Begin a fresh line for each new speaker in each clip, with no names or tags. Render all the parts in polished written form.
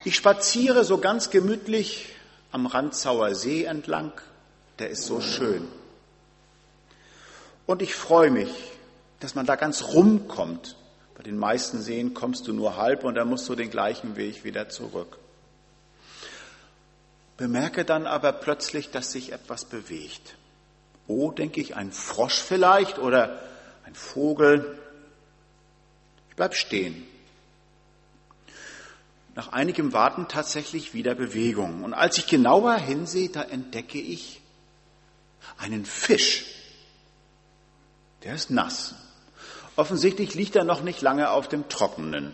Ich spaziere so ganz gemütlich am Rantzauer See entlang, der ist so schön. Und ich freue mich, dass man da ganz rumkommt. Bei den meisten Seen kommst du nur halb und dann musst du den gleichen Weg wieder zurück. Bemerke dann aber plötzlich, dass sich etwas bewegt. Oh, denke ich, ein Frosch vielleicht oder ein Vogel. Ich bleib stehen. Nach einigem Warten tatsächlich wieder Bewegung. Und als ich genauer hinsehe, da entdecke ich einen Fisch. Der ist nass. Offensichtlich liegt er noch nicht lange auf dem Trockenen.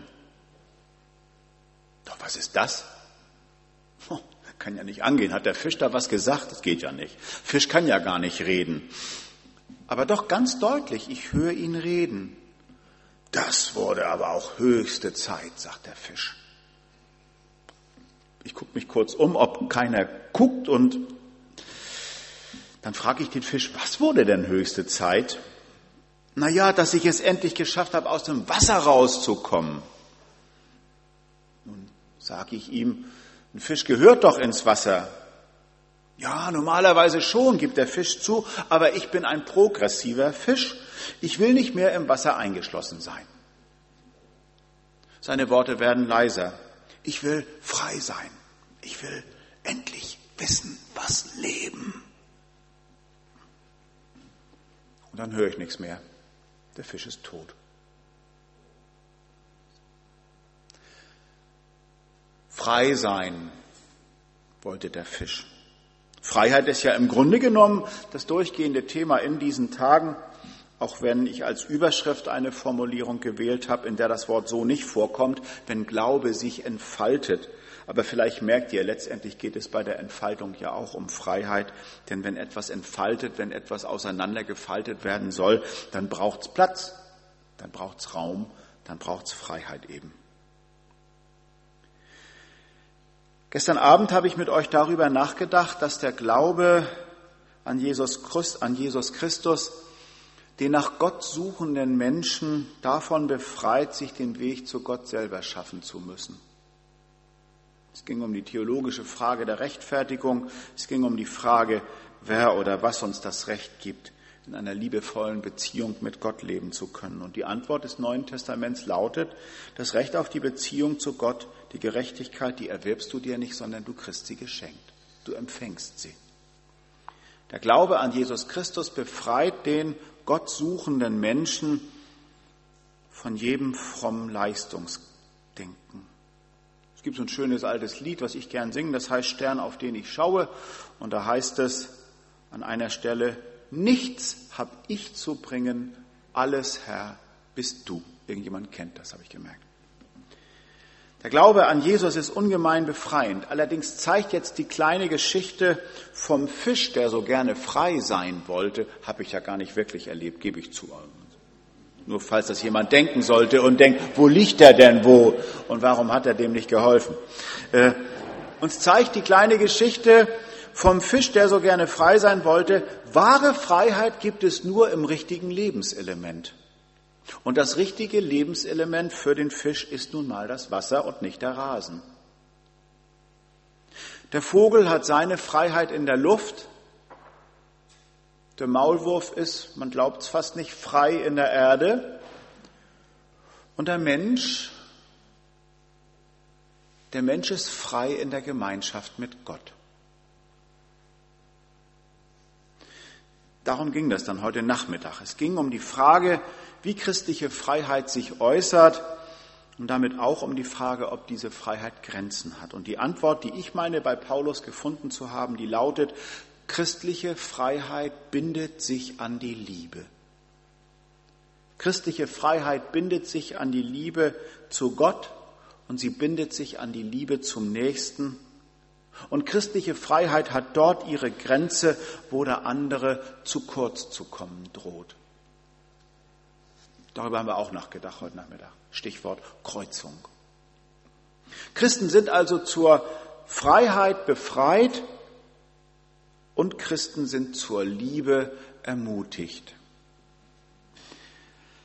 Doch was ist das? Kann ja nicht angehen. Hat der Fisch da was gesagt? Das geht ja nicht. Fisch kann ja gar nicht reden. Aber doch ganz deutlich, ich höre ihn reden. Das wurde aber auch höchste Zeit, sagt der Fisch. Ich gucke mich kurz um, ob keiner guckt und dann frage ich den Fisch, was wurde denn höchste Zeit? Naja, dass ich es endlich geschafft habe, aus dem Wasser rauszukommen. Nun sage ich ihm, ein Fisch gehört doch ins Wasser. Ja, normalerweise schon, gibt der Fisch zu, aber ich bin ein progressiver Fisch. Ich will nicht mehr im Wasser eingeschlossen sein. Seine Worte werden leiser. Ich will frei sein. Ich will endlich wissen, was Leben. Und dann höre ich nichts mehr. Der Fisch ist tot. Frei sein wollte der Fisch. Freiheit ist ja im Grunde genommen das durchgehende Thema in diesen Tagen, auch wenn ich als Überschrift eine Formulierung gewählt habe, in der das Wort so nicht vorkommt, wenn Glaube sich entfaltet. Aber vielleicht merkt ihr, letztendlich geht es bei der Entfaltung ja auch um Freiheit. Denn wenn etwas entfaltet, wenn etwas auseinandergefaltet werden soll, dann braucht es Platz, dann braucht es Raum, dann braucht es Freiheit eben. Gestern Abend habe ich mit euch darüber nachgedacht, dass der Glaube an Jesus Christus den nach Gott suchenden Menschen davon befreit, sich den Weg zu Gott selber schaffen zu müssen. Es ging um die theologische Frage der Rechtfertigung. Es ging um die Frage, wer oder was uns das Recht gibt, in einer liebevollen Beziehung mit Gott leben zu können. Und die Antwort des Neuen Testaments lautet, das Recht auf die Beziehung zu Gott, die Gerechtigkeit, die erwirbst du dir nicht, sondern du kriegst sie geschenkt. Du empfängst sie. Der Glaube an Jesus Christus befreit den Gott suchenden Menschen von jedem frommen Leistungsdenken. Es gibt so ein schönes altes Lied, was ich gern singe, das heißt Stern, auf den ich schaue. Und da heißt es an einer Stelle, nichts hab ich zu bringen, alles Herr bist du. Irgendjemand kennt das, habe ich gemerkt. Der Glaube an Jesus ist ungemein befreiend. Allerdings zeigt jetzt die kleine Geschichte vom Fisch, der so gerne frei sein wollte, habe ich ja gar nicht wirklich erlebt, gebe ich zu. Nur falls das jemand denken sollte und denkt, wo liegt er denn wo und warum hat er dem nicht geholfen? Uns zeigt die kleine Geschichte vom Fisch, der so gerne frei sein wollte, wahre Freiheit gibt es nur im richtigen Lebenselement. Und das richtige Lebenselement für den Fisch ist nun mal das Wasser und nicht der Rasen. Der Vogel hat seine Freiheit in der Luft. Der Maulwurf ist, man glaubt es fast nicht, frei in der Erde. Und der Mensch ist frei in der Gemeinschaft mit Gott. Darum ging das dann heute Nachmittag. Es ging um die Frage, wie christliche Freiheit sich äußert und damit auch um die Frage, ob diese Freiheit Grenzen hat. Und die Antwort, die ich meine, bei Paulus gefunden zu haben, die lautet, christliche Freiheit bindet sich an die Liebe. Christliche Freiheit bindet sich an die Liebe zu Gott und sie bindet sich an die Liebe zum Nächsten. Und christliche Freiheit hat dort ihre Grenze, wo der andere zu kurz zu kommen droht. Darüber haben wir auch nachgedacht heute Nachmittag. Stichwort Kreuzung. Christen sind also zur Freiheit befreit und Christen sind zur Liebe ermutigt.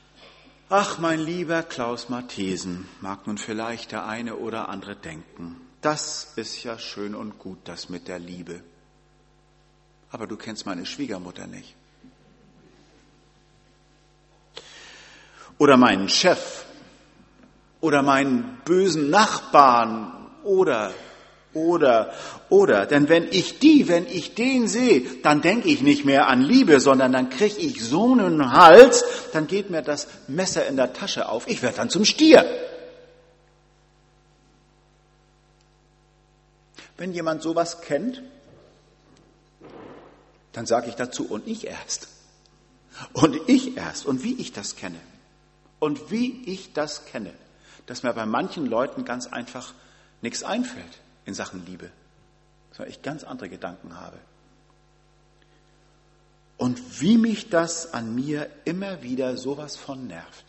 Ach, mein lieber Klaus Mathesen, mag nun vielleicht der eine oder andere denken. Das ist ja schön und gut, das mit der Liebe. Aber du kennst meine Schwiegermutter nicht. Oder meinen Chef. Oder meinen bösen Nachbarn. Oder. Denn wenn ich den sehe, dann denke ich nicht mehr an Liebe, sondern dann kriege ich so einen Hals, dann geht mir das Messer in der Tasche auf. Ich werde dann zum Stier. Wenn jemand sowas kennt, dann sage ich dazu, und ich erst. Und ich erst. Und wie ich das kenne. Und wie ich das kenne. Dass mir bei manchen Leuten ganz einfach nichts einfällt in Sachen Liebe. Sondern ich ganz andere Gedanken habe. Und wie mich das an mir immer wieder sowas von nervt.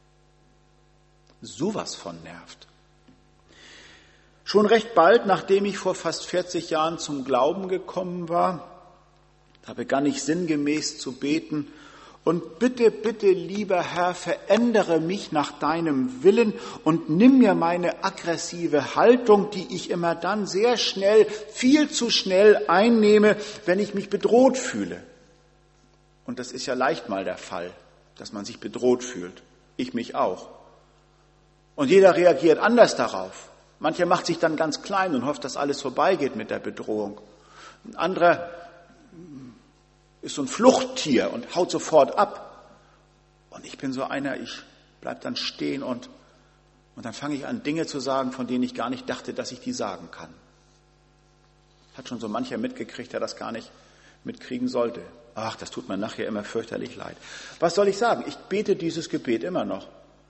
Sowas von nervt. Schon recht bald, nachdem ich vor fast 40 Jahren zum Glauben gekommen war, da begann ich sinngemäß zu beten und bitte, bitte, lieber Herr, verändere mich nach deinem Willen und nimm mir meine aggressive Haltung, die ich immer dann sehr schnell, viel zu schnell einnehme, wenn ich mich bedroht fühle. Und das ist ja leicht mal der Fall, dass man sich bedroht fühlt. Ich mich auch. Und jeder reagiert anders darauf. Mancher macht sich dann ganz klein und hofft, dass alles vorbeigeht mit der Bedrohung. Ein anderer ist so ein Fluchttier und haut sofort ab. Und ich bin so einer, ich bleib dann stehen und dann fange ich an, Dinge zu sagen, von denen ich gar nicht dachte, dass ich die sagen kann. Hat schon so mancher mitgekriegt, der das gar nicht mitkriegen sollte. Ach, das tut mir nachher immer fürchterlich leid. Was soll ich sagen? Ich bete dieses Gebet immer noch.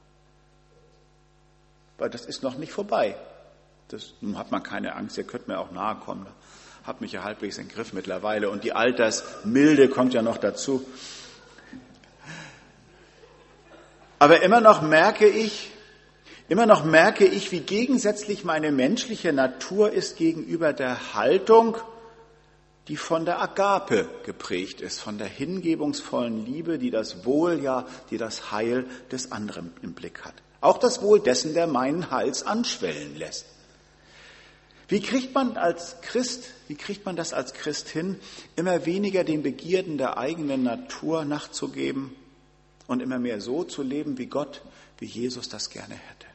Weil das ist noch nicht vorbei. Nun hat man keine Angst, ihr könnt mir auch nahe kommen. Hab mich ja halbwegs im Griff mittlerweile und die Altersmilde kommt ja noch dazu. Aber immer noch merke ich, wie gegensätzlich meine menschliche Natur ist gegenüber der Haltung, die von der Agape geprägt ist, von der hingebungsvollen Liebe, die das Wohl, ja, die das Heil des anderen im Blick hat. Auch das Wohl dessen, der meinen Hals anschwellen lässt. Wie kriegt man das als Christ hin, immer weniger den Begierden der eigenen Natur nachzugeben und immer mehr so zu leben, wie Gott, wie Jesus das gerne hätte?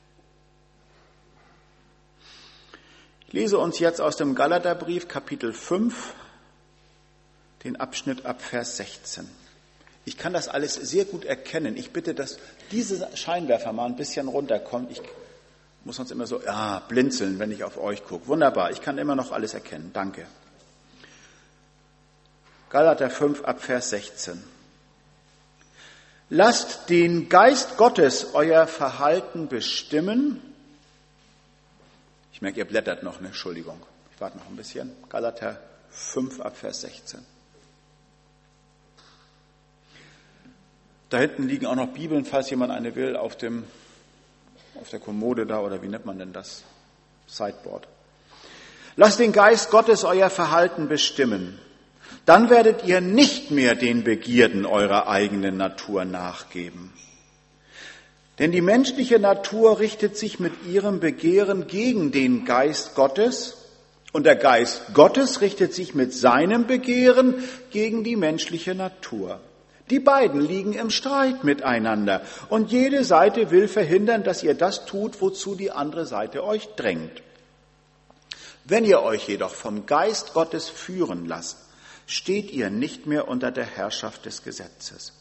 Ich lese uns jetzt aus dem Galaterbrief, Kapitel 5, den Abschnitt ab Vers 16. Ich kann das alles sehr gut erkennen. Ich bitte, dass diese Scheinwerfer mal ein bisschen runterkommt. Ich muss sonst immer so blinzeln, wenn ich auf euch gucke. Wunderbar, ich kann immer noch alles erkennen. Danke. Galater 5 ab Vers 16. Lasst den Geist Gottes euer Verhalten bestimmen. Ich merke, ihr blättert noch, Entschuldigung. Ich warte noch ein bisschen. Galater 5 ab Vers 16. Da hinten liegen auch noch Bibeln, falls jemand eine will, auf der Kommode da, oder wie nennt man denn das? Sideboard. Lasst den Geist Gottes euer Verhalten bestimmen. Dann werdet ihr nicht mehr den Begierden eurer eigenen Natur nachgeben. Denn die menschliche Natur richtet sich mit ihrem Begehren gegen den Geist Gottes und der Geist Gottes richtet sich mit seinem Begehren gegen die menschliche Natur. Die beiden liegen im Streit miteinander und jede Seite will verhindern, dass ihr das tut, wozu die andere Seite euch drängt. Wenn ihr euch jedoch vom Geist Gottes führen lasst, steht ihr nicht mehr unter der Herrschaft des Gesetzes.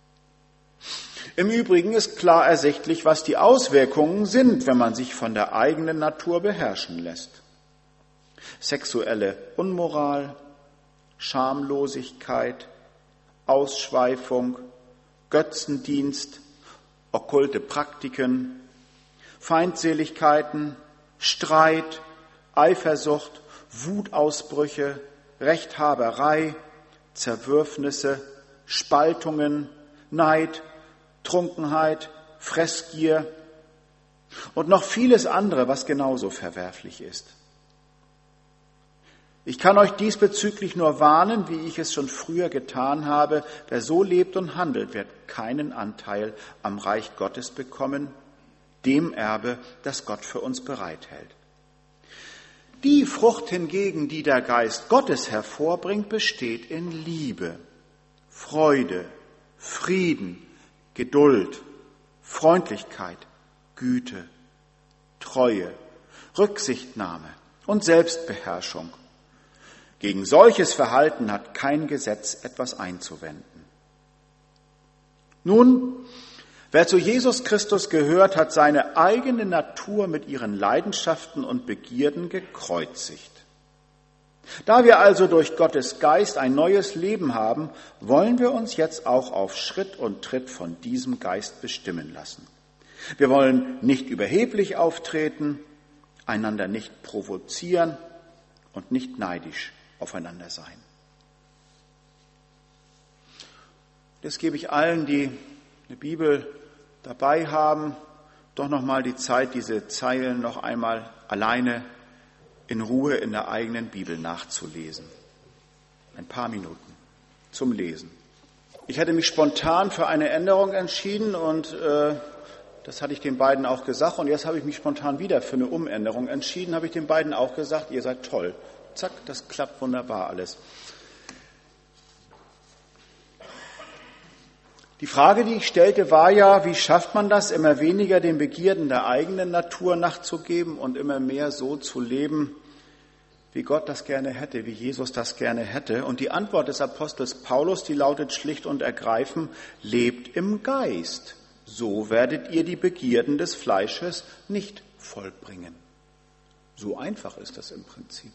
Im Übrigen ist klar ersichtlich, was die Auswirkungen sind, wenn man sich von der eigenen Natur beherrschen lässt. Sexuelle Unmoral, Schamlosigkeit, Ausschweifung, Götzendienst, okkulte Praktiken, Feindseligkeiten, Streit, Eifersucht, Wutausbrüche, Rechthaberei, Zerwürfnisse, Spaltungen, Neid, Trunkenheit, Fressgier und noch vieles andere, was genauso verwerflich ist. Ich kann euch diesbezüglich nur warnen, wie ich es schon früher getan habe, wer so lebt und handelt, wird keinen Anteil am Reich Gottes bekommen, dem Erbe, das Gott für uns bereithält. Die Frucht hingegen, die der Geist Gottes hervorbringt, besteht in Liebe, Freude, Frieden, Geduld, Freundlichkeit, Güte, Treue, Rücksichtnahme und Selbstbeherrschung. Gegen solches Verhalten hat kein Gesetz etwas einzuwenden. Nun, wer zu Jesus Christus gehört, hat seine eigene Natur mit ihren Leidenschaften und Begierden gekreuzigt. Da wir also durch Gottes Geist ein neues Leben haben, wollen wir uns jetzt auch auf Schritt und Tritt von diesem Geist bestimmen lassen. Wir wollen nicht überheblich auftreten, einander nicht provozieren und nicht neidisch aufeinander sein. Das gebe ich allen, die eine Bibel dabei haben, doch nochmal die Zeit, diese Zeilen noch einmal alleine in Ruhe in der eigenen Bibel nachzulesen. Ein paar Minuten zum Lesen. Ich hatte mich spontan für eine Änderung entschieden und das hatte ich den beiden auch gesagt. Und jetzt habe ich mich spontan wieder für eine Umänderung entschieden, habe ich den beiden auch gesagt, ihr seid toll. Zack, das klappt wunderbar alles. Die Frage, die ich stellte, war ja, wie schafft man das, immer weniger den Begierden der eigenen Natur nachzugeben und immer mehr so zu leben, wie Gott das gerne hätte, wie Jesus das gerne hätte. Und die Antwort des Apostels Paulus, die lautet schlicht und ergreifend, lebt im Geist. So werdet ihr die Begierden des Fleisches nicht vollbringen. So einfach ist das im Prinzip.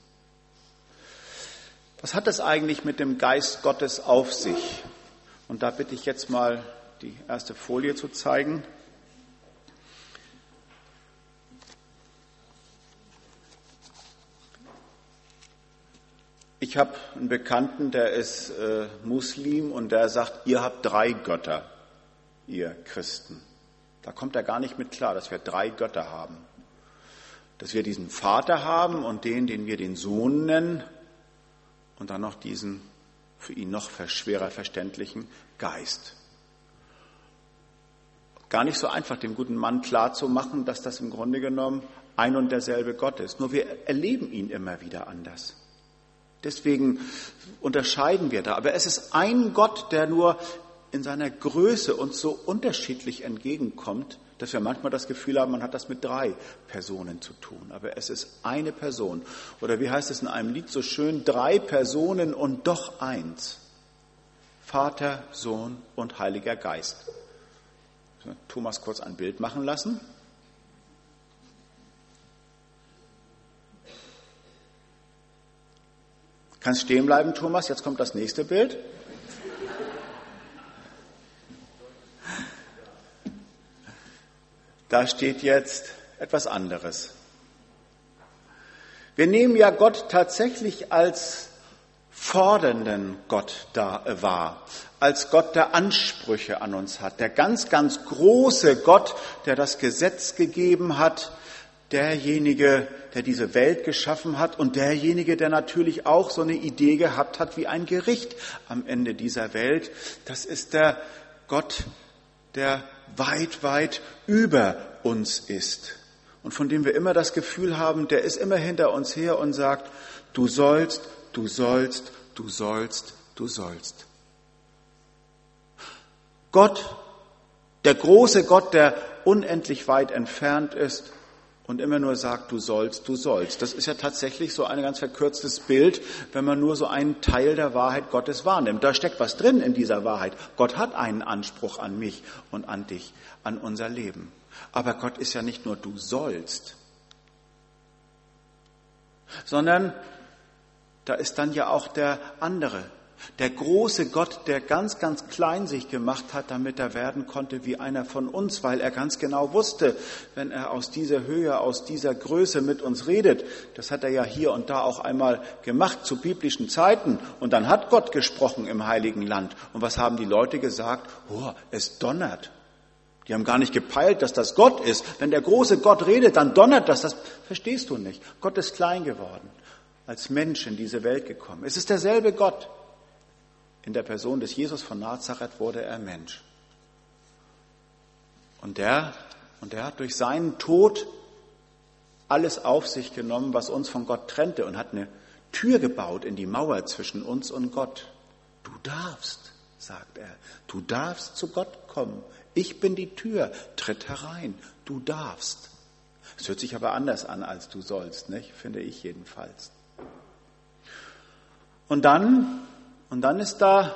Was hat das eigentlich mit dem Geist Gottes auf sich? Und da bitte ich jetzt mal, die erste Folie zu zeigen. Ich habe einen Bekannten, der ist Muslim und der sagt, ihr habt 3 Götter, ihr Christen. Da kommt er gar nicht mit klar, dass wir 3 Götter haben. Dass wir diesen Vater haben und den wir den Sohn nennen und dann noch diesen für ihn noch schwerer verständlichen Geist. Gar nicht so einfach, dem guten Mann klarzumachen, dass das im Grunde genommen ein und derselbe Gott ist. Nur wir erleben ihn immer wieder anders. Deswegen unterscheiden wir da. Aber es ist ein Gott, der nur in seiner Größe uns so unterschiedlich entgegenkommt, dass wir manchmal das Gefühl haben, man hat das mit 3 Personen zu tun. Aber es ist eine Person. Oder wie heißt es in einem Lied so schön, 3 Personen und doch eins. Vater, Sohn und Heiliger Geist. Thomas kurz ein Bild machen lassen. Kannst stehen bleiben, Thomas, jetzt kommt das nächste Bild. Da steht jetzt etwas anderes. Wir nehmen ja Gott tatsächlich als fordernden Gott wahr, als Gott, der Ansprüche an uns hat, der ganz, ganz große Gott, der das Gesetz gegeben hat, derjenige, der diese Welt geschaffen hat und derjenige, der natürlich auch so eine Idee gehabt hat wie ein Gericht am Ende dieser Welt. Das ist der Gott, der weit, weit über uns ist und von dem wir immer das Gefühl haben, der ist immer hinter uns her und sagt, du sollst, du sollst, du sollst, du sollst. Gott, der große Gott, der unendlich weit entfernt ist und immer nur sagt, du sollst, du sollst. Das ist ja tatsächlich so ein ganz verkürztes Bild, wenn man nur so einen Teil der Wahrheit Gottes wahrnimmt. Da steckt was drin in dieser Wahrheit. Gott hat einen Anspruch an mich und an dich, an unser Leben. Aber Gott ist ja nicht nur du sollst, sondern da ist dann ja auch der andere, der große Gott, der ganz, ganz klein sich gemacht hat, damit er werden konnte wie einer von uns, weil er ganz genau wusste, wenn er aus dieser Höhe, aus dieser Größe mit uns redet, das hat er ja hier und da auch einmal gemacht zu biblischen Zeiten und dann hat Gott gesprochen im Heiligen Land. Und was haben die Leute gesagt? Oh, es donnert. Die haben gar nicht gepeilt, dass das Gott ist. Wenn der große Gott redet, dann donnert das. Das verstehst du nicht. Gott ist klein geworden, als Mensch in diese Welt gekommen. Es ist derselbe Gott. In der Person des Jesus von Nazareth wurde er Mensch. Und der hat durch seinen Tod alles auf sich genommen, was uns von Gott trennte und hat eine Tür gebaut in die Mauer zwischen uns und Gott. Du darfst, sagt er, du darfst zu Gott kommen. Ich bin die Tür, tritt herein, du darfst. Es hört sich aber anders an, als du sollst, nicht? Finde ich jedenfalls. Und dann ist da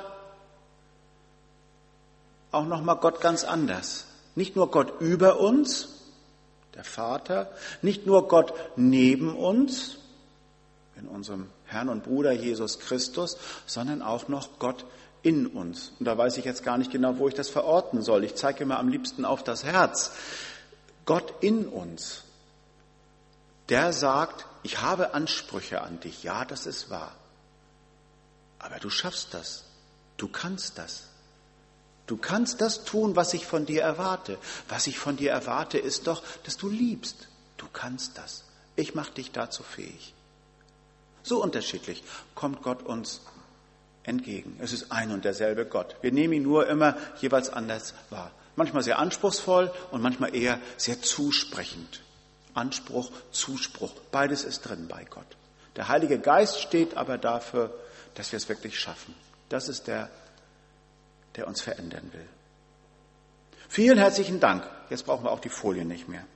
auch nochmal Gott ganz anders. Nicht nur Gott über uns, der Vater, nicht nur Gott neben uns, in unserem Herrn und Bruder Jesus Christus, sondern auch noch Gott in uns. Und da weiß ich jetzt gar nicht genau, wo ich das verorten soll. Ich zeige immer am liebsten auf das Herz. Gott in uns, der sagt, ich habe Ansprüche an dich. Ja, das ist wahr. Aber du schaffst das. Du kannst das. Du kannst das tun, was ich von dir erwarte. Was ich von dir erwarte, ist doch, dass du liebst. Du kannst das. Ich mache dich dazu fähig. So unterschiedlich kommt Gott uns entgegen. Es ist ein und derselbe Gott. Wir nehmen ihn nur immer jeweils anders wahr. Manchmal sehr anspruchsvoll und manchmal eher sehr zusprechend. Anspruch, Zuspruch, beides ist drin bei Gott. Der Heilige Geist steht aber dafür, dass wir es wirklich schaffen. Das ist der uns verändern will. Vielen herzlichen Dank. Jetzt brauchen wir auch die Folie nicht mehr.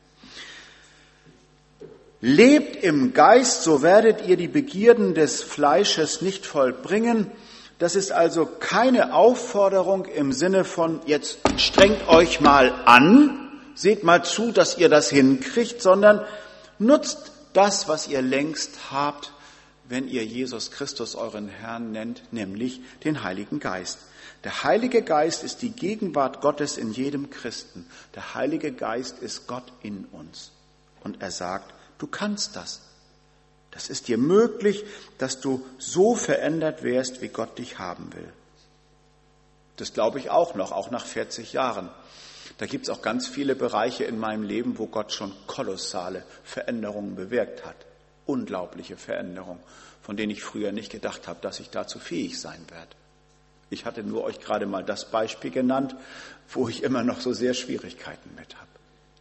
Lebt im Geist, so werdet ihr die Begierden des Fleisches nicht vollbringen. Das ist also keine Aufforderung im Sinne von, jetzt strengt euch mal an, seht mal zu, dass ihr das hinkriegt, sondern nutzt das, was ihr längst habt, wenn ihr Jesus Christus euren Herrn nennt, nämlich den Heiligen Geist. Der Heilige Geist ist die Gegenwart Gottes in jedem Christen. Der Heilige Geist ist Gott in uns. Und er sagt, du kannst das. Das ist dir möglich, dass du so verändert wärst, wie Gott dich haben will. Das glaube ich auch noch, auch nach 40 Jahren. Da gibt es auch ganz viele Bereiche in meinem Leben, wo Gott schon kolossale Veränderungen bewirkt hat. Unglaubliche Veränderungen, von denen ich früher nicht gedacht habe, dass ich dazu fähig sein werde. Ich hatte nur euch gerade mal das Beispiel genannt, wo ich immer noch so sehr Schwierigkeiten mit habe.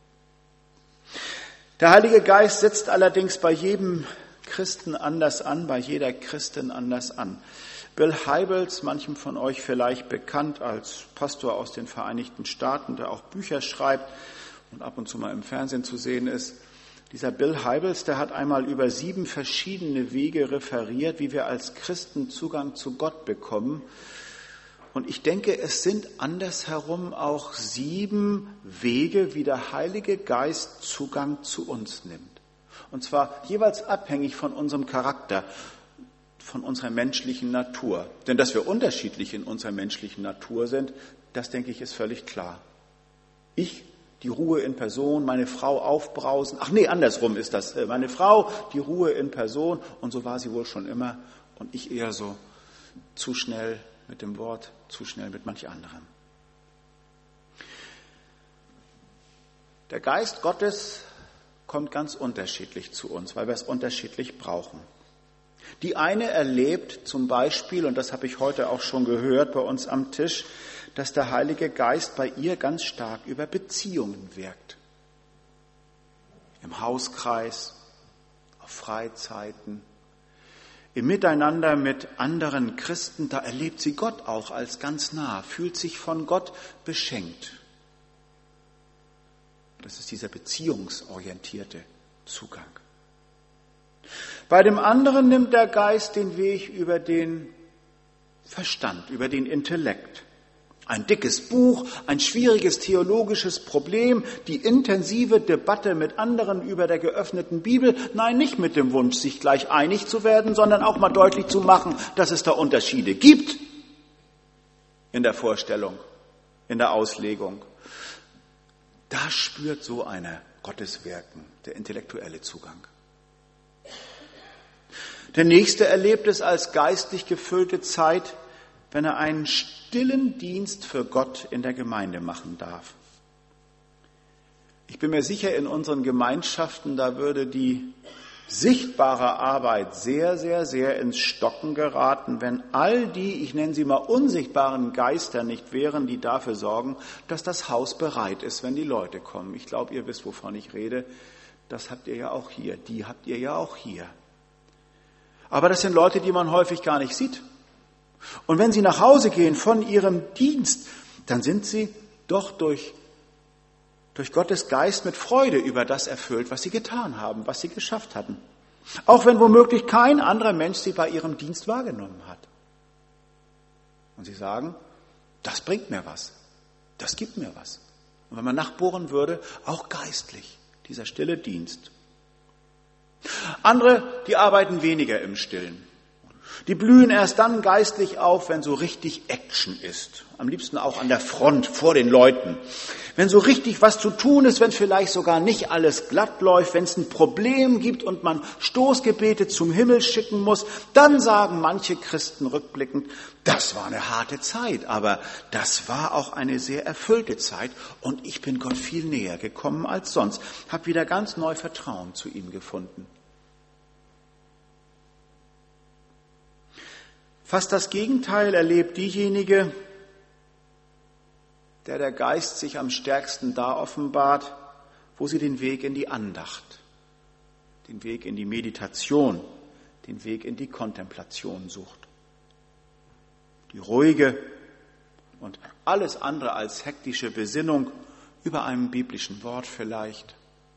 Der Heilige Geist setzt allerdings bei jedem Christen anders an, bei jeder Christin anders an. Bill Hybels, manchem von euch vielleicht bekannt als Pastor aus den Vereinigten Staaten, der auch Bücher schreibt und ab und zu mal im Fernsehen zu sehen ist. Dieser Bill Hybels, der hat einmal über 7 verschiedene Wege referiert, wie wir als Christen Zugang zu Gott bekommen. Und ich denke, es sind andersherum auch 7 Wege, wie der Heilige Geist Zugang zu uns nimmt. Und zwar jeweils abhängig von unserem Charakter, von unserer menschlichen Natur. Denn dass wir unterschiedlich in unserer menschlichen Natur sind, das denke ich ist völlig klar. Ich, die Ruhe in Person, meine Frau aufbrausen. Ach nee, andersrum ist das. Meine Frau, die Ruhe in Person und so war sie wohl schon immer. Und ich eher so zu schnell mit dem Wort, zu schnell mit manch anderem. Der Geist Gottes kommt ganz unterschiedlich zu uns, weil wir es unterschiedlich brauchen. Die eine erlebt zum Beispiel, und das habe ich heute auch schon gehört bei uns am Tisch, dass der Heilige Geist bei ihr ganz stark über Beziehungen wirkt. Im Hauskreis, auf Freizeiten, im Miteinander mit anderen Christen, da erlebt sie Gott auch als ganz nah, fühlt sich von Gott beschenkt. Das ist dieser beziehungsorientierte Zugang. Bei dem anderen nimmt der Geist den Weg über den Verstand, über den Intellekt. Ein dickes Buch, ein schwieriges theologisches Problem, die intensive Debatte mit anderen über der geöffneten Bibel. Nein, nicht mit dem Wunsch, sich gleich einig zu werden, sondern auch mal deutlich zu machen, dass es da Unterschiede gibt in der Vorstellung, in der Auslegung. Da spürt so einer Gottes Wirken, der intellektuelle Zugang. Der Nächste erlebt es als geistlich gefüllte Zeit, wenn er einen stillen Dienst für Gott in der Gemeinde machen darf. Ich bin mir sicher, in unseren Gemeinschaften, da würde die sichtbare Arbeit sehr, sehr, sehr ins Stocken geraten, wenn all die, ich nenne sie mal unsichtbaren Geister nicht wären, die dafür sorgen, dass das Haus bereit ist, wenn die Leute kommen. Ich glaube, ihr wisst, wovon ich rede. das habt ihr ja auch hier, die habt ihr ja auch hier. Aber das sind Leute, die man häufig gar nicht sieht. Und wenn sie nach Hause gehen von ihrem Dienst, dann sind sie doch durch Gottes Geist mit Freude über das erfüllt, was sie getan haben, was sie geschafft hatten. Auch wenn womöglich kein anderer Mensch sie bei ihrem Dienst wahrgenommen hat. Und sie sagen, das bringt mir was, das gibt mir was. Und wenn man nachbohren würde, auch geistlich, dieser stille Dienst. Andere, die arbeiten weniger im Stillen. Die blühen erst dann geistlich auf, wenn so richtig Action ist. Am liebsten auch an der Front, vor den Leuten. Wenn so richtig was zu tun ist, wenn vielleicht sogar nicht alles glatt läuft, wenn es ein Problem gibt und man Stoßgebete zum Himmel schicken muss, dann sagen manche Christen rückblickend, das war eine harte Zeit, aber das war auch eine sehr erfüllte Zeit und ich bin Gott viel näher gekommen als sonst. Habe wieder ganz neu Vertrauen zu ihm gefunden. Fast das Gegenteil erlebt diejenige, der Geist sich am stärksten da offenbart, wo sie den Weg in die Andacht, den Weg in die Meditation, den Weg in die Kontemplation sucht. Die ruhige und alles andere als hektische Besinnung über einem biblischen Wort vielleicht,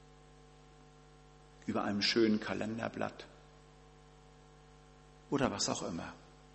über einem schönen Kalenderblatt oder was auch immer.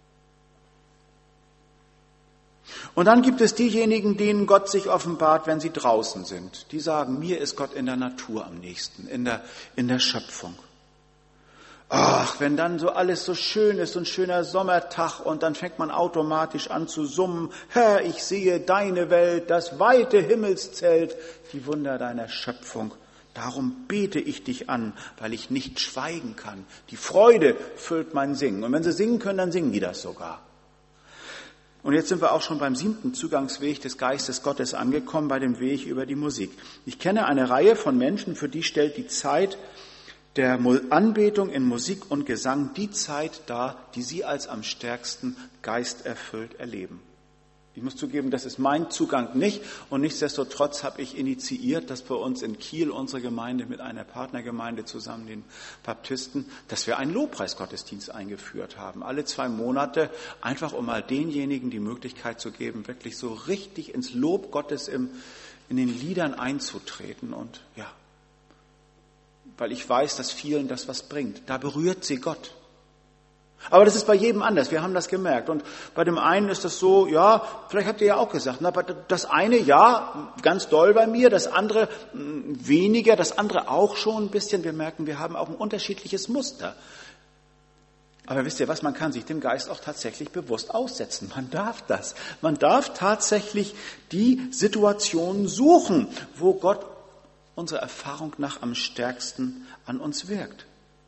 Und dann gibt es diejenigen, denen Gott sich offenbart, wenn sie draußen sind. Die sagen, mir ist Gott in der Natur am nächsten, in der Schöpfung. Ach, wenn dann so alles so schön ist, so ein schöner Sommertag und dann fängt man automatisch an zu summen. Herr, ich sehe deine Welt, das weite Himmelszelt, die Wunder deiner Schöpfung. Darum bete ich dich an, weil ich nicht schweigen kann. Die Freude füllt mein Singen. Und wenn sie singen können, dann singen die das sogar. Und jetzt sind wir auch schon beim 7. Zugangsweg des Geistes Gottes angekommen, bei dem Weg über die Musik. Ich kenne eine Reihe von Menschen, für die stellt die Zeit der Anbetung in Musik und Gesang die Zeit dar, die sie als am stärksten geisterfüllt erleben. Ich muss zugeben, das ist mein Zugang nicht und nichtsdestotrotz habe ich initiiert, dass bei uns in Kiel unsere Gemeinde mit einer Partnergemeinde zusammen, den Baptisten, dass wir einen Lobpreisgottesdienst eingeführt haben. Alle 2 Monate, einfach um mal denjenigen die Möglichkeit zu geben, wirklich so richtig ins Lob Gottes in den Liedern einzutreten und ja, weil ich weiß, dass vielen das was bringt. Da berührt sie Gott. Aber das ist bei jedem anders, wir haben das gemerkt. Und bei dem einen ist das so, ja, vielleicht habt ihr ja auch gesagt, aber das eine, ja, ganz doll bei mir, das andere weniger, das andere auch schon ein bisschen. Wir merken, wir haben auch ein unterschiedliches Muster. Aber wisst ihr was, man kann sich dem Geist auch tatsächlich bewusst aussetzen. Man darf das. Man darf tatsächlich die Situation suchen, wo Gott unserer Erfahrung nach am stärksten an uns wirkt.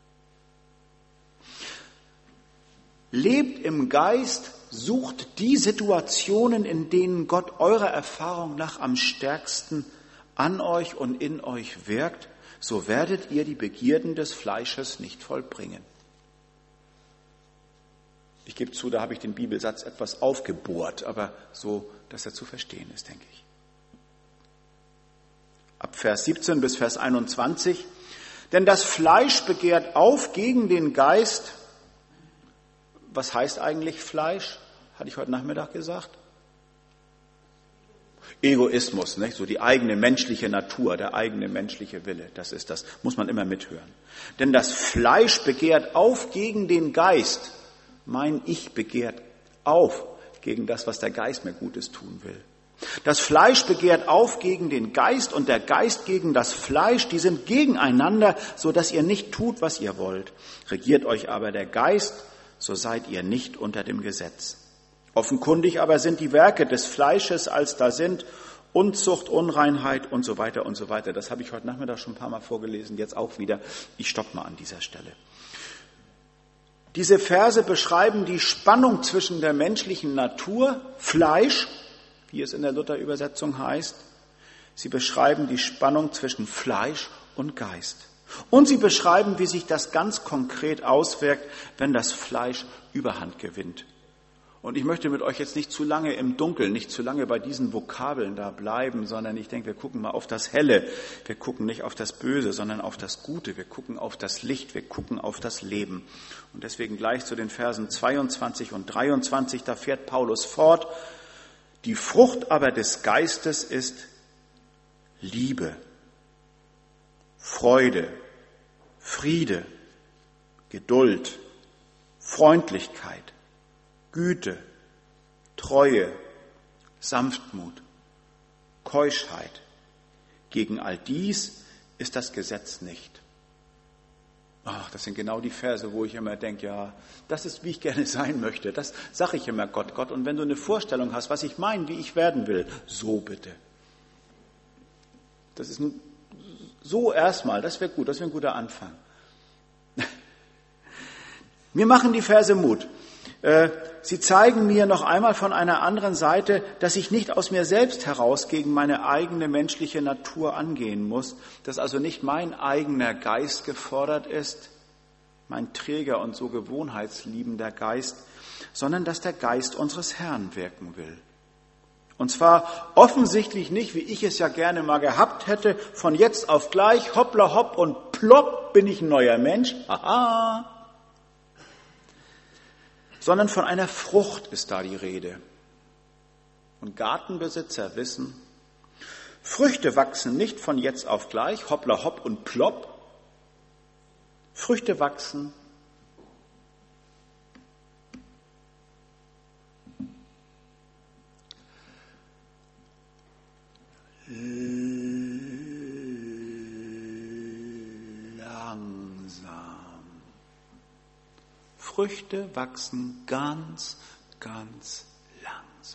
Lebt im Geist, sucht die Situationen, in denen Gott eurer Erfahrung nach am stärksten an euch und in euch wirkt, so werdet ihr die Begierden des Fleisches nicht vollbringen. Ich gebe zu, da habe ich den Bibelsatz etwas aufgebohrt, aber so, dass er zu verstehen ist, denke ich. Ab Vers 17 bis Vers 21. Denn das Fleisch begehrt auf gegen den Geist. Was heißt eigentlich Fleisch? Hatte ich heute Nachmittag gesagt. Egoismus, nicht? So die eigene menschliche Natur, der eigene menschliche Wille. Das ist das, muss man immer mithören. Denn das Fleisch begehrt auf gegen den Geist. Mein Ich begehrt auf gegen das, was der Geist mir Gutes tun will. Das Fleisch begehrt auf gegen den Geist und der Geist gegen das Fleisch. Die sind gegeneinander, so dass ihr nicht tut, was ihr wollt. Regiert euch aber der Geist, so seid ihr nicht unter dem Gesetz. Offenkundig aber sind die Werke des Fleisches, als da sind Unzucht, Unreinheit und so weiter und so weiter. Das habe ich heute Nachmittag schon ein paar Mal vorgelesen, jetzt auch wieder. Ich stoppe mal an dieser Stelle. Diese Verse beschreiben die Spannung zwischen der menschlichen Natur, Fleisch, wie es in der Luther-Übersetzung heißt. Sie beschreiben die Spannung zwischen Fleisch und Geist. Und sie beschreiben, wie sich das ganz konkret auswirkt, wenn das Fleisch Überhand gewinnt Und ich möchte mit euch jetzt nicht zu lange im Dunkeln, nicht zu lange bei diesen Vokabeln da bleiben, sondern ich denke, wir gucken mal auf das Helle. Wir gucken nicht auf das Böse, sondern auf das Gute. Wir gucken auf das Licht, wir gucken auf das Leben. Und deswegen gleich zu den Versen 22 und 23, da fährt Paulus fort. Die Frucht aber des Geistes ist Liebe, Freude, Friede, Geduld, Freundlichkeit, Güte, Treue, Sanftmut, Keuschheit. Gegen all dies ist das Gesetz nicht. Ach, das sind genau die Verse, wo ich immer denke, ja, das ist, wie ich gerne sein möchte. Das sage ich immer Gott. Und wenn du eine Vorstellung hast, was ich meine, wie ich werden will, so bitte. Das ist so erstmal, das wäre gut, das wäre ein guter Anfang. Mir machen die Verse Mut. Sie zeigen mir noch einmal von einer anderen Seite, dass ich nicht aus mir selbst heraus gegen meine eigene menschliche Natur angehen muss, dass also nicht mein eigener Geist gefordert ist, mein träger und so gewohnheitsliebender Geist, sondern dass der Geist unseres Herrn wirken will. Und zwar offensichtlich nicht, wie ich es ja gerne mal gehabt hätte, von jetzt auf gleich, hoppla hopp und plopp bin ich ein neuer Mensch, haha. Sondern von einer Frucht ist da die Rede. Und Gartenbesitzer wissen, Früchte wachsen nicht von jetzt auf gleich, hoppla hopp und plopp. Früchte wachsen langsam. Früchte wachsen ganz, ganz langsam.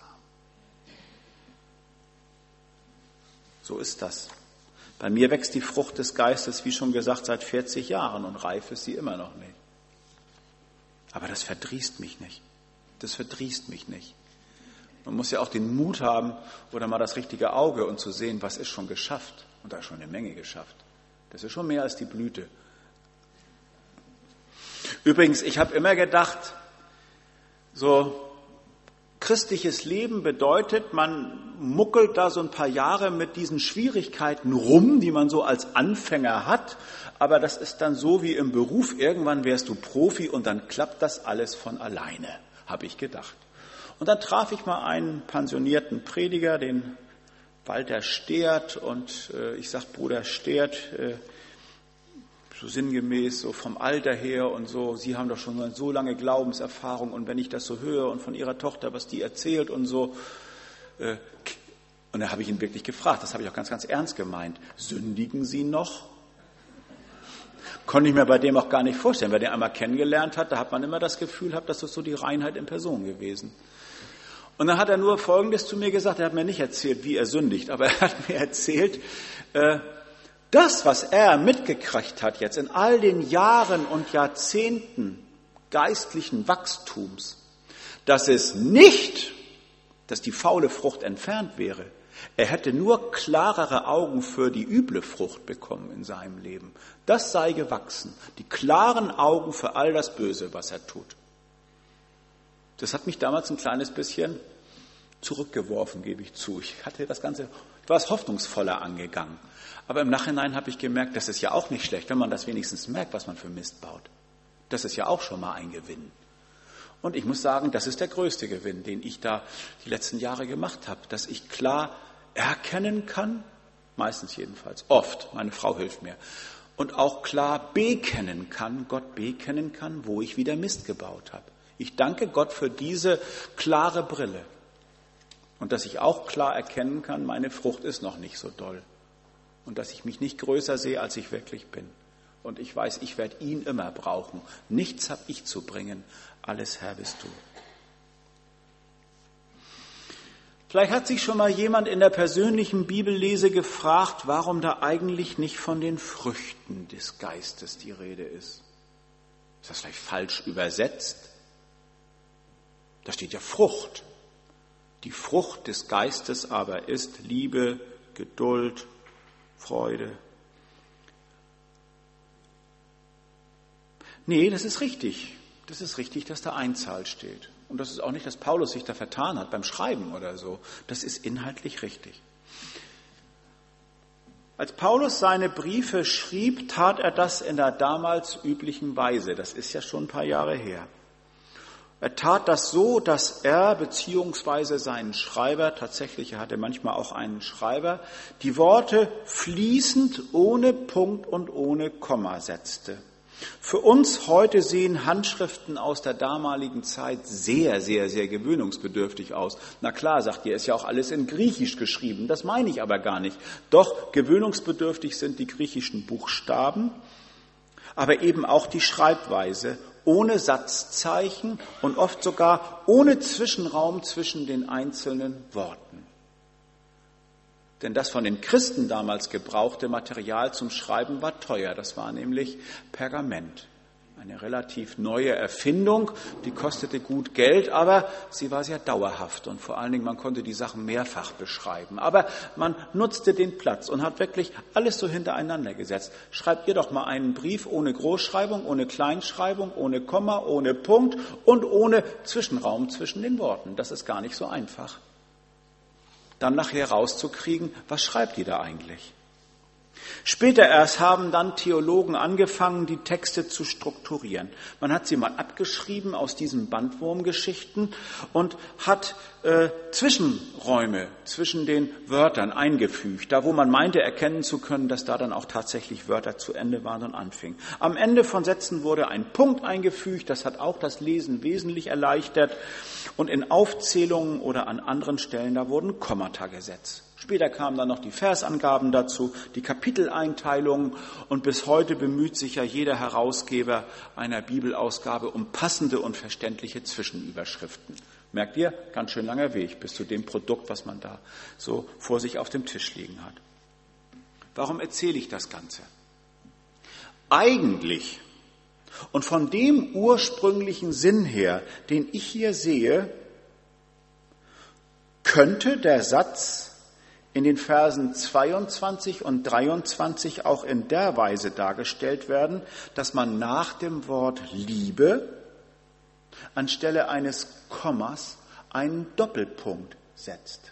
So ist das. Bei mir wächst die Frucht des Geistes, wie schon gesagt, seit 40 Jahren und reif ist sie immer noch nicht. Aber das verdrießt mich nicht. Das verdrießt mich nicht. Man muss ja auch den Mut haben oder mal das richtige Auge und zu sehen, was ist schon geschafft. Und da ist schon eine Menge geschafft. Das ist schon mehr als die Blüte. Übrigens, ich habe immer gedacht, so christliches Leben bedeutet, man muckelt da so ein paar Jahre mit diesen Schwierigkeiten rum, die man so als Anfänger hat, aber das ist dann so wie im Beruf, irgendwann wärst du Profi und dann klappt das alles von alleine, habe ich gedacht. Und dann traf ich mal einen pensionierten Prediger, den Walter Steert, und ich sag, Bruder Steert, so sinngemäß, so vom Alter her und so, Sie haben doch schon so lange Glaubenserfahrung und wenn ich das so höre und von Ihrer Tochter, was die erzählt und so, und da habe ich ihn wirklich gefragt, das habe ich auch ganz, ganz ernst gemeint, sündigen Sie noch? Konnte ich mir bei dem auch gar nicht vorstellen, wer den einmal kennengelernt hat, da hat man immer das Gefühl gehabt, das ist so die Reinheit in Person gewesen. Und dann hat er nur Folgendes zu mir gesagt, er hat mir nicht erzählt, wie er sündigt, aber er hat mir erzählt, das, was er mitgekriegt hat jetzt in all den Jahren und Jahrzehnten geistlichen Wachstums, dass es nicht, dass die faule Frucht entfernt wäre. Er hätte nur klarere Augen für die üble Frucht bekommen in seinem Leben. Das sei gewachsen. Die klaren Augen für all das Böse, was er tut. Das hat mich damals ein kleines bisschen zurückgeworfen, gebe ich zu. Ich war es hoffnungsvoller angegangen. Aber im Nachhinein habe ich gemerkt, das ist ja auch nicht schlecht, wenn man das wenigstens merkt, was man für Mist baut. Das ist ja auch schon mal ein Gewinn. Und ich muss sagen, das ist der größte Gewinn, den ich da die letzten Jahre gemacht habe, dass ich klar erkennen kann, meistens jedenfalls, oft, meine Frau hilft mir, und auch klar bekennen kann, Gott bekennen kann, wo ich wieder Mist gebaut habe. Ich danke Gott für diese klare Brille. Und dass ich auch klar erkennen kann, meine Frucht ist noch nicht so doll. Und dass ich mich nicht größer sehe, als ich wirklich bin. Und ich weiß, ich werde ihn immer brauchen. Nichts habe ich zu bringen, alles Herr bist du. Vielleicht hat sich schon mal jemand in der persönlichen Bibellese gefragt, warum da eigentlich nicht von den Früchten des Geistes die Rede ist. Ist das vielleicht falsch übersetzt? Da steht ja Frucht. Die Frucht des Geistes aber ist Liebe, Geduld, Freude. Nee, das ist richtig. Das ist richtig, dass da Einzahl steht. Und das ist auch nicht, dass Paulus sich da vertan hat beim Schreiben oder so. Das ist inhaltlich richtig. Als Paulus seine Briefe schrieb, tat er das in der damals üblichen Weise. Das ist ja schon ein paar Jahre her. Er tat das so, dass er beziehungsweise seinen Schreiber, tatsächlich er hatte manchmal auch einen Schreiber, die Worte fließend ohne Punkt und ohne Komma setzte. Für uns heute sehen Handschriften aus der damaligen Zeit sehr, sehr, sehr gewöhnungsbedürftig aus. Na klar, sagt ihr, ist ja auch alles in Griechisch geschrieben. Das meine ich aber gar nicht. Doch gewöhnungsbedürftig sind die griechischen Buchstaben, aber eben auch die Schreibweise, ohne Satzzeichen und oft sogar ohne Zwischenraum zwischen den einzelnen Worten. Denn das von den Christen damals gebrauchte Material zum Schreiben war teuer. Das war nämlich Pergament. Eine relativ neue Erfindung, die kostete gut Geld, aber sie war sehr dauerhaft und vor allen Dingen, man konnte die Sachen mehrfach beschreiben. Aber man nutzte den Platz und hat wirklich alles so hintereinander gesetzt. Schreibt ihr doch mal einen Brief ohne Großschreibung, ohne Kleinschreibung, ohne Komma, ohne Punkt und ohne Zwischenraum zwischen den Worten. Das ist gar nicht so einfach. Dann nachher rauszukriegen, was schreibt die da eigentlich? Später erst haben dann Theologen angefangen, die Texte zu strukturieren. Man hat sie mal abgeschrieben aus diesen Bandwurmgeschichten und hat Zwischenräume zwischen den Wörtern eingefügt, da wo man meinte erkennen zu können, dass da dann auch tatsächlich Wörter zu Ende waren und anfingen. Am Ende von Sätzen wurde ein Punkt eingefügt, das hat auch das Lesen wesentlich erleichtert und in Aufzählungen oder an anderen Stellen, da wurden Kommata gesetzt. Später kamen dann noch die Versangaben dazu, die Kapiteleinteilungen und bis heute bemüht sich ja jeder Herausgeber einer Bibelausgabe um passende und verständliche Zwischenüberschriften. Merkt ihr? Ganz schön langer Weg bis zu dem Produkt, was man da so vor sich auf dem Tisch liegen hat. Warum erzähle ich das Ganze? Eigentlich und von dem ursprünglichen Sinn her, den ich hier sehe, könnte der Satz in den Versen 22 und 23 auch in der Weise dargestellt werden, dass man nach dem Wort Liebe anstelle eines Kommas einen Doppelpunkt setzt.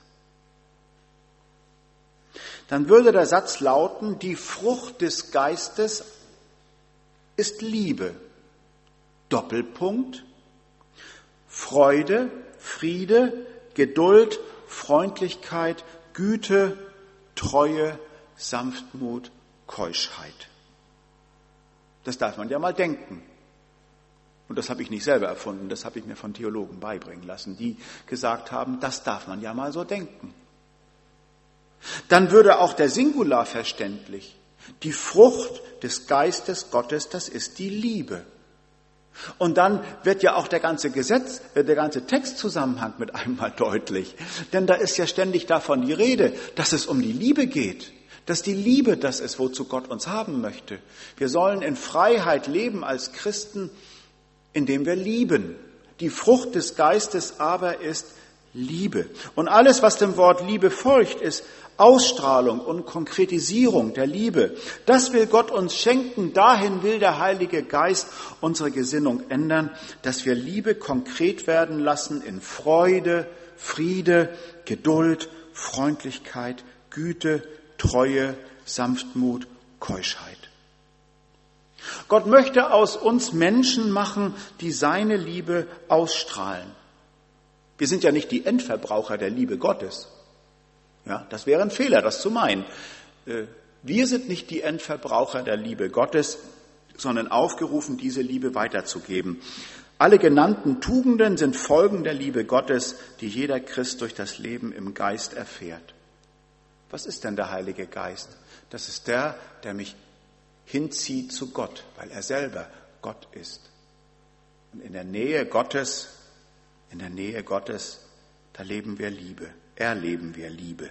Dann würde der Satz lauten, die Frucht des Geistes ist Liebe. Doppelpunkt, Freude, Friede, Geduld, Freundlichkeit, Güte, Treue, Sanftmut, Keuschheit. Das darf man ja mal denken. Und das habe ich nicht selber erfunden, das habe ich mir von Theologen beibringen lassen, die gesagt haben, das darf man ja mal so denken. Dann würde auch der Singular verständlich. Die Frucht des Geistes Gottes, das ist die Liebe. Und dann wird ja auch der ganze Textzusammenhang mit einmal deutlich. Denn da ist ja ständig davon die Rede, dass es um die Liebe geht. Dass die Liebe das ist, wozu Gott uns haben möchte. Wir sollen in Freiheit leben als Christen, indem wir lieben. Die Frucht des Geistes aber ist Liebe. Und alles, was dem Wort Liebe folgt, ist Ausstrahlung und Konkretisierung der Liebe. Das will Gott uns schenken. Dahin will der Heilige Geist unsere Gesinnung ändern, dass wir Liebe konkret werden lassen in Freude, Friede, Geduld, Freundlichkeit, Güte, Treue, Sanftmut, Keuschheit. Gott möchte aus uns Menschen machen, die seine Liebe ausstrahlen. Wir sind ja nicht die Endverbraucher der Liebe Gottes. Ja, das wäre ein Fehler, das zu meinen. Wir sind nicht die Endverbraucher der Liebe Gottes, sondern aufgerufen, diese Liebe weiterzugeben. Alle genannten Tugenden sind Folgen der Liebe Gottes, die jeder Christ durch das Leben im Geist erfährt. Was ist denn der Heilige Geist? Das ist der, der mich hinzieht zu Gott, weil er selber Gott ist. Und in der Nähe Gottes, da leben wir Liebe. Erleben wir Liebe.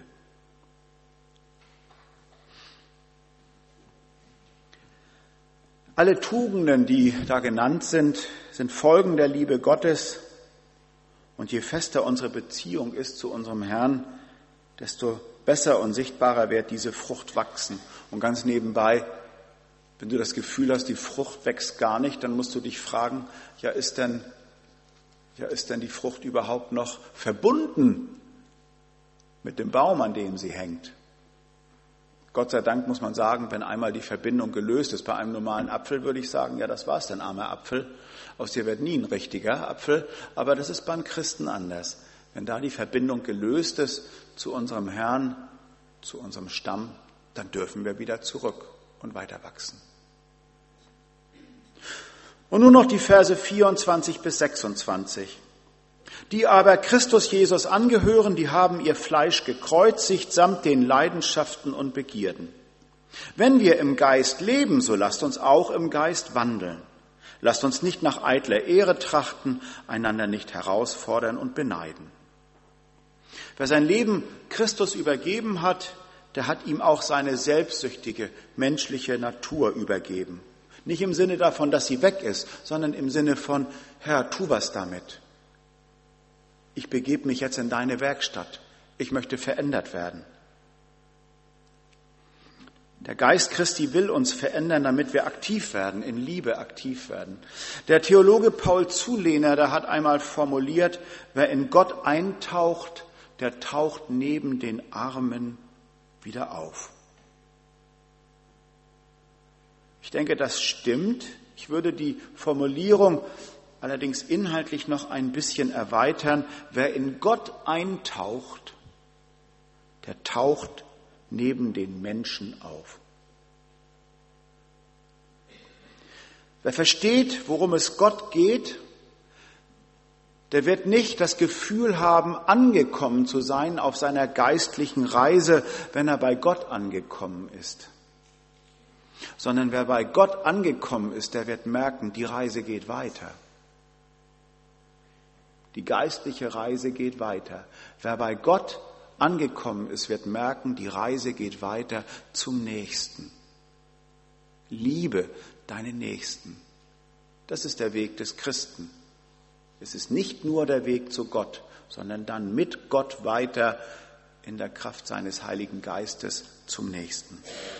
Alle Tugenden, die da genannt sind, sind Folgen der Liebe Gottes. Und je fester unsere Beziehung ist zu unserem Herrn, desto besser und sichtbarer wird diese Frucht wachsen. Und ganz nebenbei, Wenn du das Gefühl hast, die Frucht wächst gar nicht, dann musst du dich fragen, ist denn die Frucht überhaupt noch verbunden mit dem Baum, an dem sie hängt? Gott sei Dank muss man sagen, wenn einmal die Verbindung gelöst ist, bei einem normalen Apfel würde ich sagen, das war's, ein armer Apfel. Aus dir wird nie ein richtiger Apfel, aber das ist beim Christen anders. Wenn da die Verbindung gelöst ist zu unserem Herrn, zu unserem Stamm, dann dürfen wir wieder zurück und weiter wachsen. Und nun noch die Verse 24 bis 26. Die aber Christus Jesus angehören, die haben ihr Fleisch gekreuzigt samt den Leidenschaften und Begierden. Wenn wir im Geist leben, so lasst uns auch im Geist wandeln. Lasst uns nicht nach eitler Ehre trachten, einander nicht herausfordern und beneiden. Wer sein Leben Christus übergeben hat, der hat ihm auch seine selbstsüchtige menschliche Natur übergeben. Nicht im Sinne davon, dass sie weg ist, sondern im Sinne von, Herr, tu was damit. Ich begebe mich jetzt in deine Werkstatt. Ich möchte verändert werden. Der Geist Christi will uns verändern, damit wir aktiv werden, in Liebe aktiv werden. Der Theologe Paul Zulehner, der hat einmal formuliert, wer in Gott eintaucht, der taucht neben den Armen wieder auf. Ich denke, das stimmt. Ich würde die Formulierung allerdings inhaltlich noch ein bisschen erweitern. Wer in Gott eintaucht, der taucht neben den Menschen auf. Wer versteht, worum es Gott geht, der wird nicht das Gefühl haben, angekommen zu sein auf seiner geistlichen Reise, wenn er bei Gott angekommen ist. Sondern wer bei Gott angekommen ist, der wird merken, die Reise geht weiter. Die geistliche Reise geht weiter. Wer bei Gott angekommen ist, wird merken, die Reise geht weiter zum Nächsten. Liebe deinen Nächsten. Das ist der Weg des Christen. Es ist nicht nur der Weg zu Gott, sondern dann mit Gott weiter in der Kraft seines Heiligen Geistes zum Nächsten.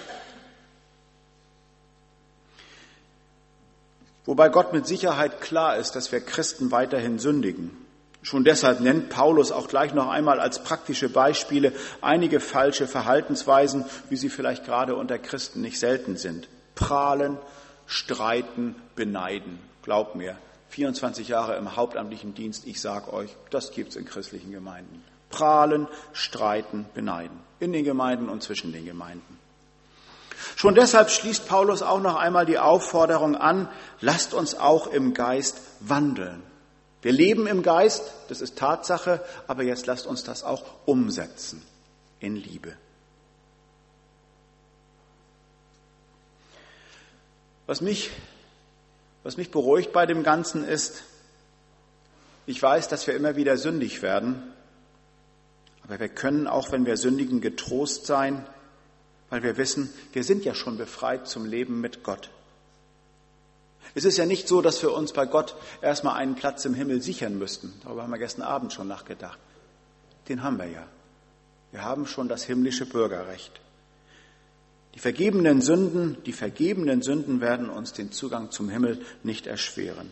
Wobei Gott mit Sicherheit klar ist, dass wir Christen weiterhin sündigen. Schon deshalb nennt Paulus auch gleich noch einmal als praktische Beispiele einige falsche Verhaltensweisen, wie sie vielleicht gerade unter Christen nicht selten sind. Prahlen, streiten, beneiden. Glaubt mir, 24 Jahre im hauptamtlichen Dienst, ich sag euch, das gibt's in christlichen Gemeinden. Prahlen, streiten, beneiden. In den Gemeinden und zwischen den Gemeinden. Schon deshalb schließt Paulus auch noch einmal die Aufforderung an, lasst uns auch im Geist wandeln. Wir leben im Geist, das ist Tatsache, aber jetzt lasst uns das auch umsetzen in Liebe. Was mich beruhigt bei dem Ganzen ist, ich weiß, dass wir immer wieder sündig werden, aber wir können auch, wenn wir sündigen, getrost sein, weil wir wissen, wir sind ja schon befreit zum Leben mit Gott. Es ist ja nicht so, dass wir uns bei Gott erstmal einen Platz im Himmel sichern müssten. Darüber haben wir gestern Abend schon nachgedacht. Den haben wir ja. Wir haben schon das himmlische Bürgerrecht. Die vergebenen Sünden werden uns den Zugang zum Himmel nicht erschweren.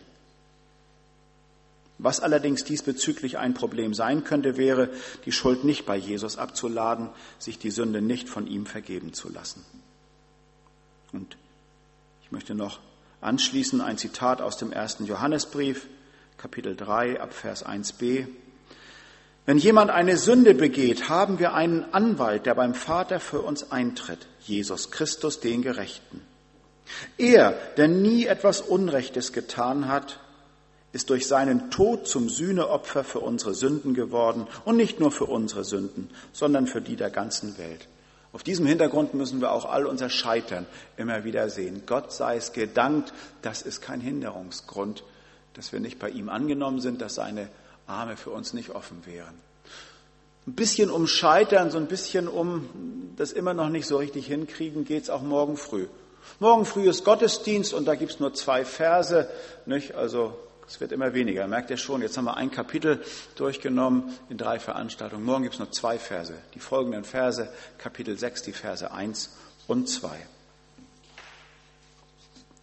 Was allerdings diesbezüglich ein Problem sein könnte, wäre, die Schuld nicht bei Jesus abzuladen, sich die Sünde nicht von ihm vergeben zu lassen. Und ich möchte noch anschließen ein Zitat aus dem 1. Johannesbrief, Kapitel 3, ab Vers 1b. Wenn jemand eine Sünde begeht, haben wir einen Anwalt, der beim Vater für uns eintritt, Jesus Christus, den Gerechten. Er, der nie etwas Unrechtes getan hat, ist durch seinen Tod zum Sühneopfer für unsere Sünden geworden und nicht nur für unsere Sünden, sondern für die der ganzen Welt. Auf diesem Hintergrund müssen wir auch all unser Scheitern immer wieder sehen. Gott sei es gedankt, das ist kein Hinderungsgrund, dass wir nicht bei ihm angenommen sind, dass seine Arme für uns nicht offen wären. Ein bisschen um Scheitern, so ein bisschen um das immer noch nicht so richtig hinkriegen, geht's auch morgen früh. Morgen früh ist Gottesdienst und da gibt's nur 2 Verse, nicht? Also es wird immer weniger, merkt ihr schon. Jetzt haben wir ein Kapitel durchgenommen in 3 Veranstaltungen. Morgen gibt es nur 2 Verse. Die folgenden Verse, Kapitel 6, die Verse 1 und 2.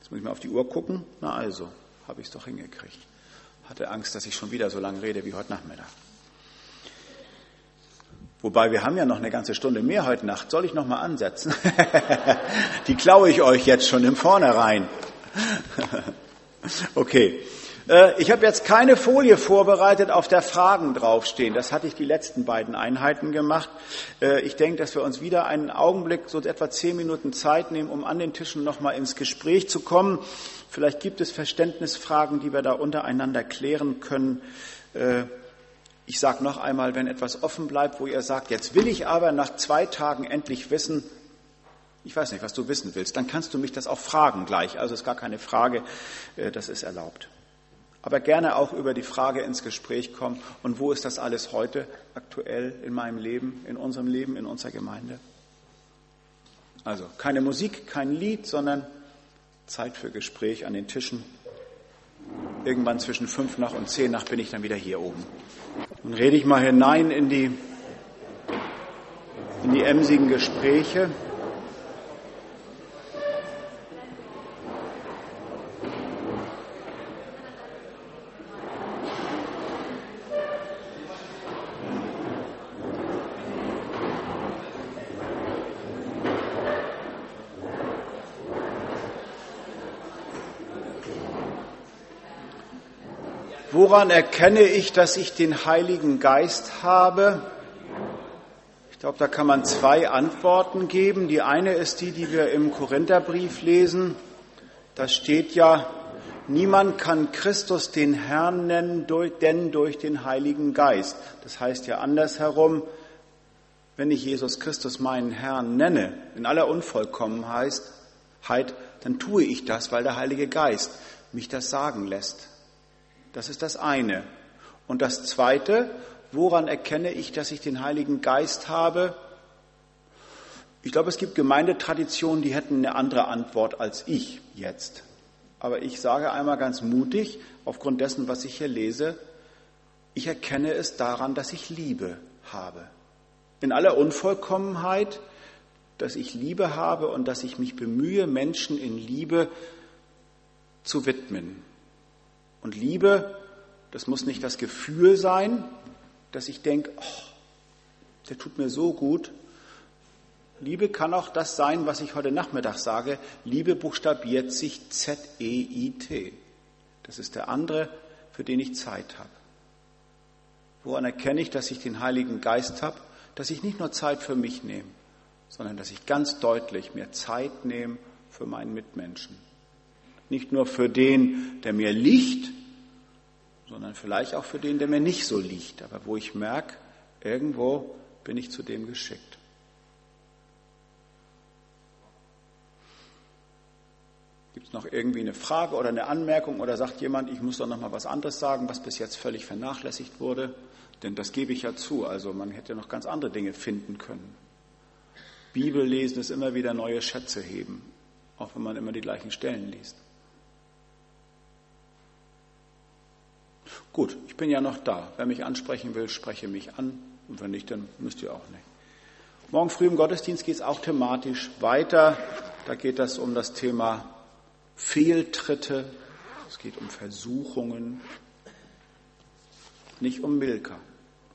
Jetzt muss ich mal auf die Uhr gucken. Na also, habe ich es doch hingekriegt. Hatte Angst, dass ich schon wieder so lange rede wie heute Nachmittag. Wobei, wir haben ja noch eine ganze Stunde mehr heute Nacht. Soll ich noch mal ansetzen? Die klaue ich euch jetzt schon im Vornherein. Okay. Ich habe jetzt keine Folie vorbereitet, auf der Fragen draufstehen. Das hatte ich die letzten beiden Einheiten gemacht. Ich denke, dass wir uns wieder einen Augenblick, so etwa 10 Minuten Zeit nehmen, um an den Tischen noch mal ins Gespräch zu kommen. Vielleicht gibt es Verständnisfragen, die wir da untereinander klären können. Ich sage noch einmal, wenn etwas offen bleibt, wo ihr sagt, jetzt will ich aber nach 2 Tagen endlich wissen, ich weiß nicht, was du wissen willst, dann kannst du mich das auch fragen gleich. Also ist gar keine Frage, das ist erlaubt. Aber gerne auch über die Frage ins Gespräch kommen. Und wo ist das alles heute aktuell in meinem Leben, in unserem Leben, in unserer Gemeinde? Also keine Musik, kein Lied, sondern Zeit für Gespräch an den Tischen. Irgendwann zwischen 5 nach und 10 nach bin ich dann wieder hier oben. Nun rede ich mal hinein in die emsigen Gespräche. Woran erkenne ich, dass ich den Heiligen Geist habe? Ich glaube, da kann man 2 Antworten geben. Die eine ist die wir im Korintherbrief lesen. Da steht ja, niemand kann Christus den Herrn nennen, denn durch den Heiligen Geist. Das heißt ja andersherum, wenn ich Jesus Christus meinen Herrn nenne, in aller Unvollkommenheit, dann tue ich das, weil der Heilige Geist mich das sagen lässt. Das ist das eine. Und das zweite, woran erkenne ich, dass ich den Heiligen Geist habe? Ich glaube, es gibt Gemeindetraditionen, die hätten eine andere Antwort als ich jetzt. Aber ich sage einmal ganz mutig, aufgrund dessen, was ich hier lese, ich erkenne es daran, dass ich Liebe habe. In aller Unvollkommenheit, dass ich Liebe habe und dass ich mich bemühe, Menschen in Liebe zu widmen. Und Liebe, das muss nicht das Gefühl sein, dass ich denke, oh, der tut mir so gut. Liebe kann auch das sein, was ich heute Nachmittag sage. Liebe buchstabiert sich Z-E-I-T. Das ist der andere, für den ich Zeit habe. Woran erkenne ich, dass ich den Heiligen Geist habe? Dass ich nicht nur Zeit für mich nehme, sondern dass ich ganz deutlich mir Zeit nehme für meinen Mitmenschen. Nicht nur für den, der mir liegt, sondern vielleicht auch für den, der mir nicht so liegt, aber wo ich merke, irgendwo bin ich zu dem geschickt. Gibt es noch irgendwie eine Frage oder eine Anmerkung oder sagt jemand, ich muss doch noch mal was anderes sagen, was bis jetzt völlig vernachlässigt wurde? Denn das gebe ich ja zu, also man hätte noch ganz andere Dinge finden können. Bibel lesen ist immer wieder neue Schätze heben, auch wenn man immer die gleichen Stellen liest. Gut, ich bin ja noch da. Wer mich ansprechen will, spreche mich an. Und wenn nicht, dann müsst ihr auch nicht. Morgen früh im Gottesdienst geht es auch thematisch weiter. Da geht es um das Thema Fehltritte. Es geht um Versuchungen. Nicht um Milka.